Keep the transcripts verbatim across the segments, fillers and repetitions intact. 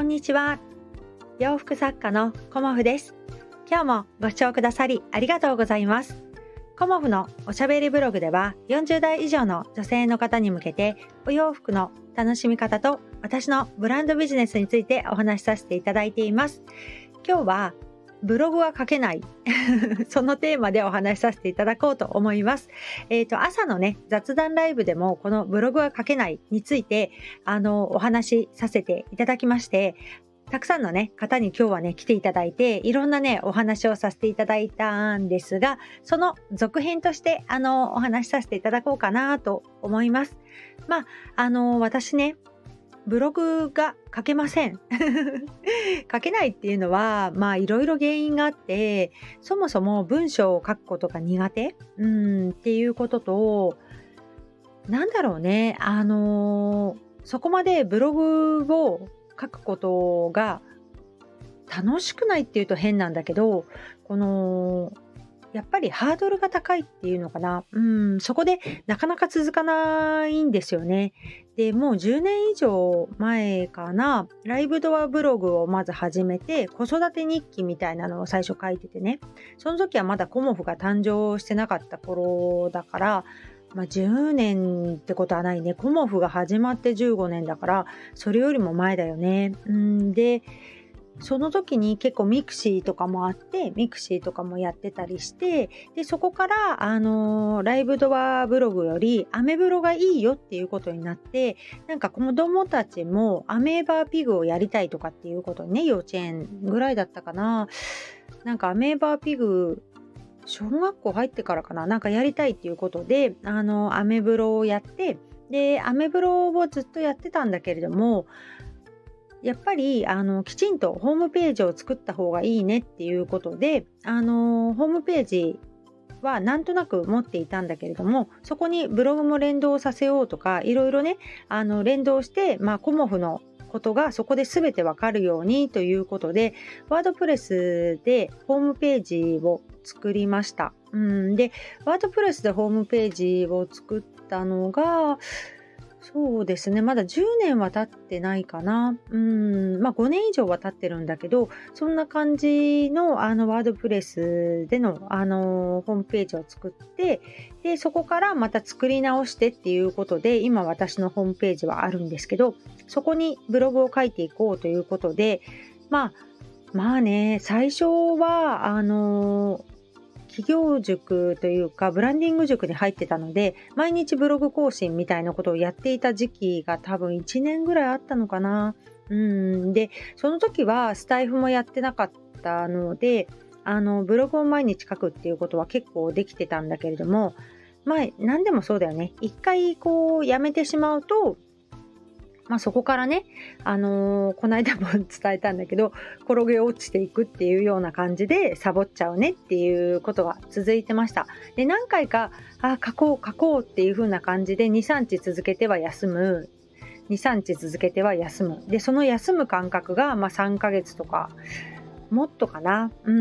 にちは。洋服作家のコモフです。今日もご視聴くださりありがとうございます。コモフのおしゃべりブログではよんじゅうだい以上の女性の方に向けてお洋服の楽しみ方と私のブランドビジネスについてお話しさせていただいています。今日はブログは書けないそのテーマでお話しさせていただこうと思います。えっと朝のね雑談ライブでもこのブログは書けないについてあのお話しさせていただきまして、たくさんのね方に今日はね来ていただいていろんなねお話をさせていただいたんですが、その続編としてあのお話しさせていただこうかなと思います。まああの私ねブログが書けません書けないっていうのはまあいろいろ原因があって、そもそも文章を書くことが苦手うんっていうことと、なんだろうねあのそこまでブログを書くことが楽しくないっていうと変なんだけど、このやっぱりハードルが高いっていうのかな。うん、そこでなかなか続かないんですよね。で、もうじゅうねん以上前かな、ライブドアブログをまず始めて、子育て日記みたいなのを最初書いててね。その時はまだコモフが誕生してなかった頃だから、まあ、じゅうねんってことはないね。コモフが始まってじゅうごねんだから、それよりも前だよね。うんで、その時に結構ミクシーとかもあって、ミクシーとかもやってたりして、で、そこから、あのーライブドアブログよりアメブロがいいよっていうことになって、なんか子供たちもアメーバーピグをやりたいとかっていうことにね、幼稚園ぐらいだったかな。なんかアメーバーピグ、小学校入ってからかな、なんかやりたいっていうことで、あの、アメブロをやって、で、アメブロをずっとやってたんだけれども、やっぱりあのきちんとホームページを作った方がいいねっていうことで、あのホームページはなんとなく持っていたんだけれども、そこにブログも連動させようとかいろいろねあの連動して、まあ、コモフのことがそこで全てわかるようにということで、ワードプレスでホームページを作りました。うんで、ワードプレスでホームページを作ったのがそうですね。まだじゅうねんは経ってないかな。うん、まあごねん以上は経ってるんだけど、そんな感じのあのワードプレスでのあのホームページを作って、で、そこからまた作り直してっていうことで、今私のホームページはあるんですけど、そこにブログを書いていこうということで、まあ、まあね、最初は、あの企業塾というかブランディング塾に入ってたので、毎日ブログ更新みたいなことをやっていた時期が多分いちねんぐらいあったのかな。うんで、その時はスタイフもやってなかったので、あのブログを毎日書くっていうことは結構できてたんだけれども、まあ何でもそうだよね。一回こうやめてしまうと、まあ、そこからね、あのーこの間も伝えたんだけど、転げ落ちていくっていうような感じでサボっちゃうねっていうことが続いてました。で、何回か、あ、書こう書こうっていう風な感じでに、さんにち続けては休む。に、さんにち続けては休む。で、その休む間隔が、まあ、さんかげつとか、もっとかな。うん、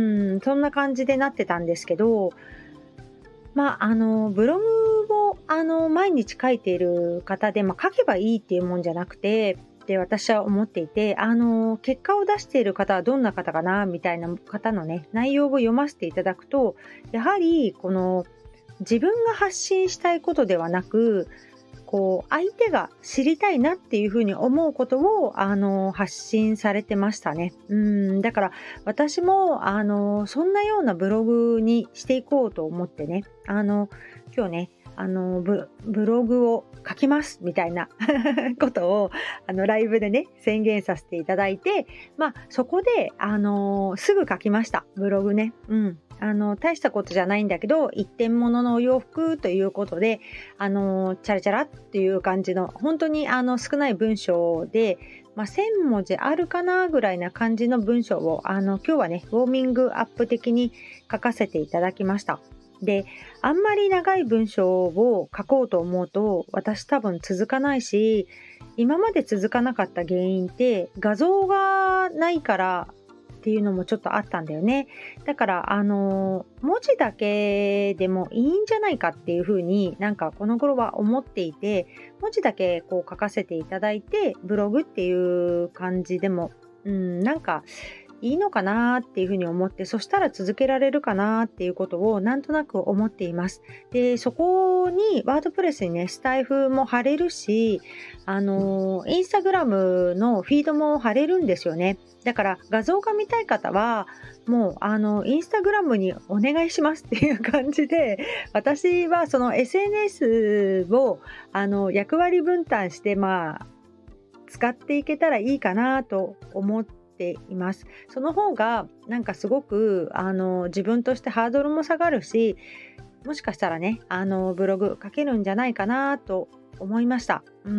そんな感じでなってたんですけど、まあ、あのブログをあの毎日書いている方で、まあ、書けばいいっていうもんじゃなくてって私は思っていて、あの結果を出している方はどんな方かなみたいな方のね内容を読ませていただくと、やはりこの自分が発信したいことではなく、こう相手が知りたいなっていうふうに思うことをあの発信されてましたね。うんだから私もあのそんなようなブログにしていこうと思ってね、あの今日ねあの ブ, ブログを書きますみたいなことをあのライブでね宣言させていただいて、まあそこであのすぐ書きましたブログね。うんあの大したことじゃないんだけど一点物のお洋服ということで、あのチャラチャラっていう感じの本当にあの少ない文章で、まあ、せんもじあるかなぐらいな感じの文章をあの今日はねウォーミングアップ的に書かせていただきました。で、あんまり長い文章を書こうと思うと私多分続かないし、今まで続かなかった原因って画像がないからっていうのもちょっとあったんだよね。だからあの文字だけでもいいんじゃないかっていうふうになんかこの頃は思っていて、文字だけこう書かせていただいてブログっていう感じでもうん、なんかいいのかなっていうふうに思って、そしたら続けられるかなっていうことをなんとなく思っています。で、そこにワードプレスにね、スタイフも貼れるし、あの、インスタグラムのフィードも貼れるんですよね。だから画像が見たい方は、もうあの、インスタグラムにお願いしますっていう感じで、私はその エスエヌエス をあの、役割分担して、まあ、使っていけたらいいかなと思っています。その方がなんかすごくあの自分としてハードルも下がるし、もしかしたらね、あのブログ書けるんじゃないかなと思いました。うん。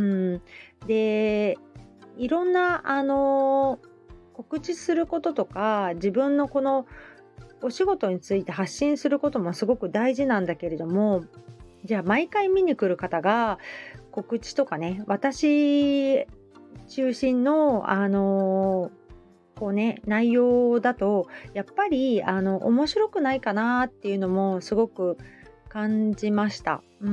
で、いろんなあの告知することとか、自分のこのお仕事について発信することもすごく大事なんだけれども、じゃあ毎回見に来る方が告知とかね、私中心のあのこうね、内容だとやっぱりあの面白くないかなっていうのもすごく感じました。うん、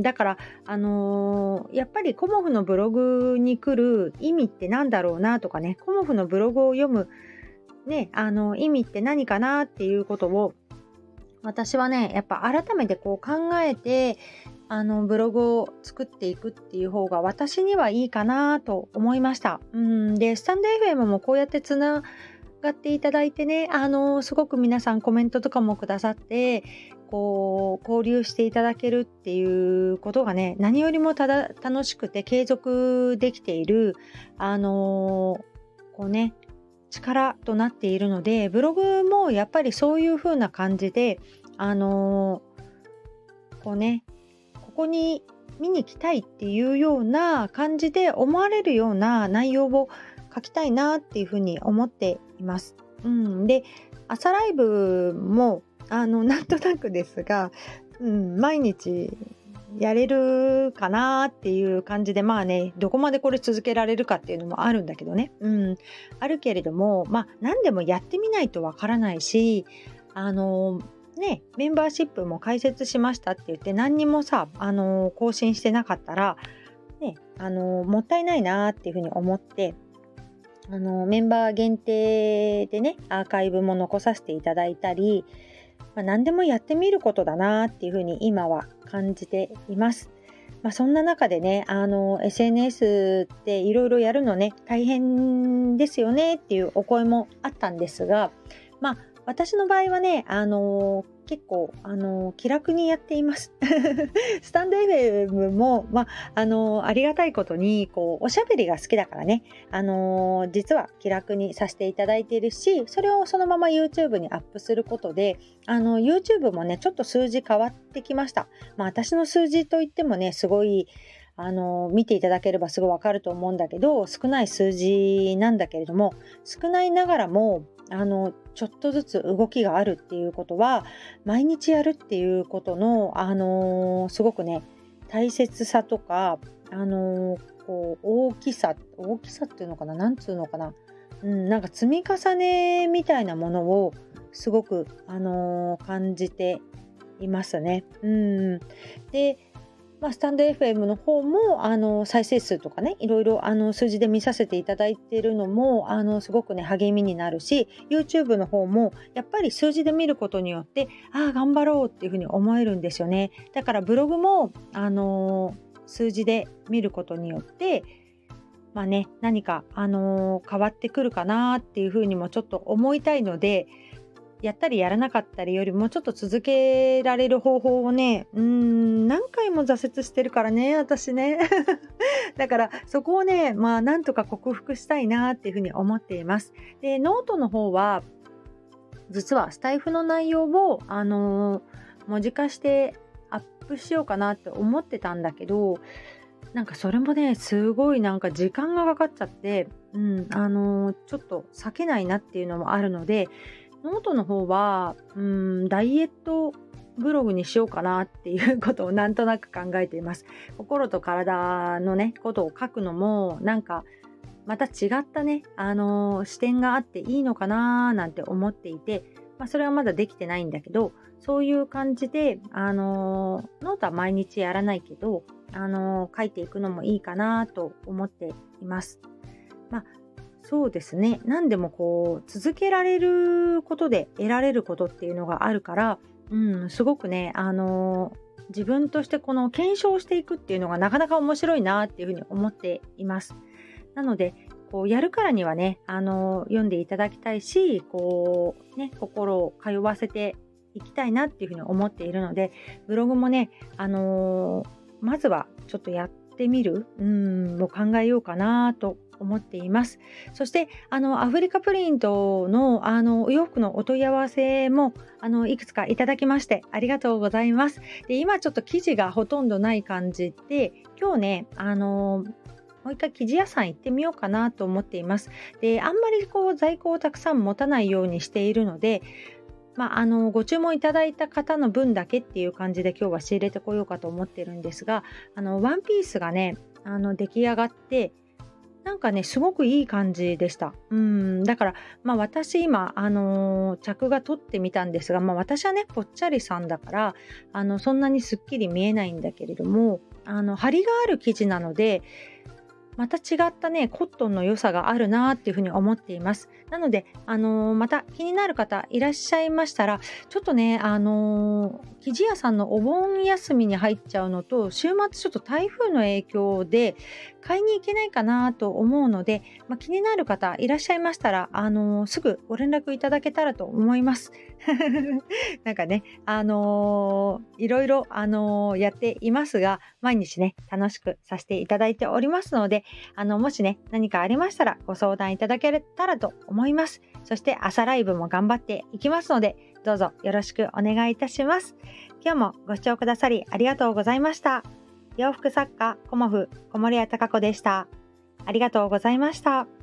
だからあのーやっぱりコモフのブログに来る意味ってなんだろうなとかね、コモフのブログを読むね、あの意味って何かなっていうことを私はね、やっぱ改めてこう考えて、あのブログを作っていくっていう方が私にはいいかなと思いました。うん、で、スタンド エフエム もこうやってつながっていただいてね、あのすごく皆さんコメントとかもくださって、こう交流していただけるっていうことがね、何よりもただ楽しくて継続できている、あのこうね、力となっているので、ブログもやっぱりそういう風な感じで、あのこうね、ここに見に来たいっていうような感じで思われるような内容を書きたいなっていうふうに思っています。うん、で、朝ライブもあのなんとなくですが、うん、毎日やれるかなっていう感じで、まあね、どこまでこれ続けられるかっていうのもあるんだけどね、うん、あるけれども、まあ何でもやってみないとわからないし、あのね、メンバーシップも開設しましたって言って何にもさ、あの更新してなかったら、ね、あのもったいないなっていうふうに思って、あのメンバー限定でね、アーカイブも残させていただいたり、まあ、何でもやってみることだなっていうふうに今は感じています。まあ、そんな中でね、あの エスエヌエス っていろいろやるのね、大変ですよねっていうお声もあったんですが、まあ私の場合はね、あのー結構、あのー気楽にやっています。スタンド エフエム も、まあ、あのーありがたいことに、こう、おしゃべりが好きだからね、あのー実は気楽にさせていただいているし、それをそのまま YouTube にアップすることで、あの、YouTube もね、ちょっと数字変わってきました。まあ、私の数字といってもね、すごい、あの見ていただければすごいわかると思うんだけど、少ない数字なんだけれども、少ないながらもあのちょっとずつ動きがあるっていうことは、毎日やるっていうことの、あのすごくね、大切さとか、あのこう大きさ大きさっていうのかな、なんつうのかな、うん、なんか積み重ねみたいなものをすごく、あの感じていますね。うん、で、まあ、スタンド エフエム の方もあの再生数とかね、いろいろあの数字で見させていただいているのも、あのすごくね励みになるし、 YouTube の方もやっぱり数字で見ることによって、ああ頑張ろうっていうふうに思えるんですよね。だからブログもあの数字で見ることによって、まあね、何かあの変わってくるかなっていうふうにもちょっと思いたいので、やったりやらなかったりよりもちょっと続けられる方法をね、うーん、何回も挫折してるからね、私ね。だからそこをね、まあなんとか克服したいなっていうふうに思っています。で、ノートの方は、実はスタイフの内容を、あのー文字化してアップしようかなって思ってたんだけど、なんかそれもね、すごいなんか時間がかかっちゃって、うん、あのーちょっと避けないなっていうのもあるので、ノートの方は、うん、ダイエットブログにしようかなっていうことをなんとなく考えています。心と体のね、ことを書くのも、なんか、また違ったね、あのー視点があっていいのかななんて思っていて、まあ、それはまだできてないんだけど、そういう感じで、あのーノートは毎日やらないけど、あのー書いていくのもいいかなと思っています。まあそうですね。何でもこう続けられることで得られることっていうのがあるから、うん、すごくね、あの自分としてこの検証していくっていうのがなかなか面白いなっていうふうに思っています。なのでこうやるからにはね、あの読んでいただきたいし、こうね、心を通わせていきたいなっていうふうに思っているので、ブログもね、あのまずはちょっとやってみる、うんを考えようかなと思っています。そしてあのアフリカプリントのあのお洋服のお問い合わせもあのいくつかいただきましてありがとうございます。で、今ちょっと生地がほとんどない感じで、今日ね、あのもう一回生地屋さん行ってみようかなと思っています。で、あんまりこう在庫をたくさん持たないようにしているので、まあ、あのご注文いただいた方の分だけっていう感じで今日は仕入れてこようかと思ってるんですが、あのワンピースがね、あの出来上がって、なんかねすごくいい感じでした。うんだから、まあ、私今、あのー着が取ってみたんですが、まあ、私はねぽっちゃりさんだからあのそんなにすっきり見えないんだけれども、あの張りがある生地なのでまた違ったねコットンの良さがあるなっていうふうに思っています。なので、あのーまた気になる方いらっしゃいましたら、ちょっとね、あのー生地屋さんのお盆休みに入っちゃうのと、週末ちょっと台風の影響で買いに行けないかなと思うので、まあ、気になる方いらっしゃいましたら、あのーすぐご連絡いただけたらと思います。なんかね、あのーいろいろ、あのーやっていますが、毎日ね楽しくさせていただいておりますので、あのもしね何かありましたらご相談いただけたらと思います。そして朝ライブも頑張っていきますので、どうぞよろしくお願いいたします。今日もご視聴くださりありがとうございました。洋服作家コモフ小森屋隆子でした。ありがとうございました。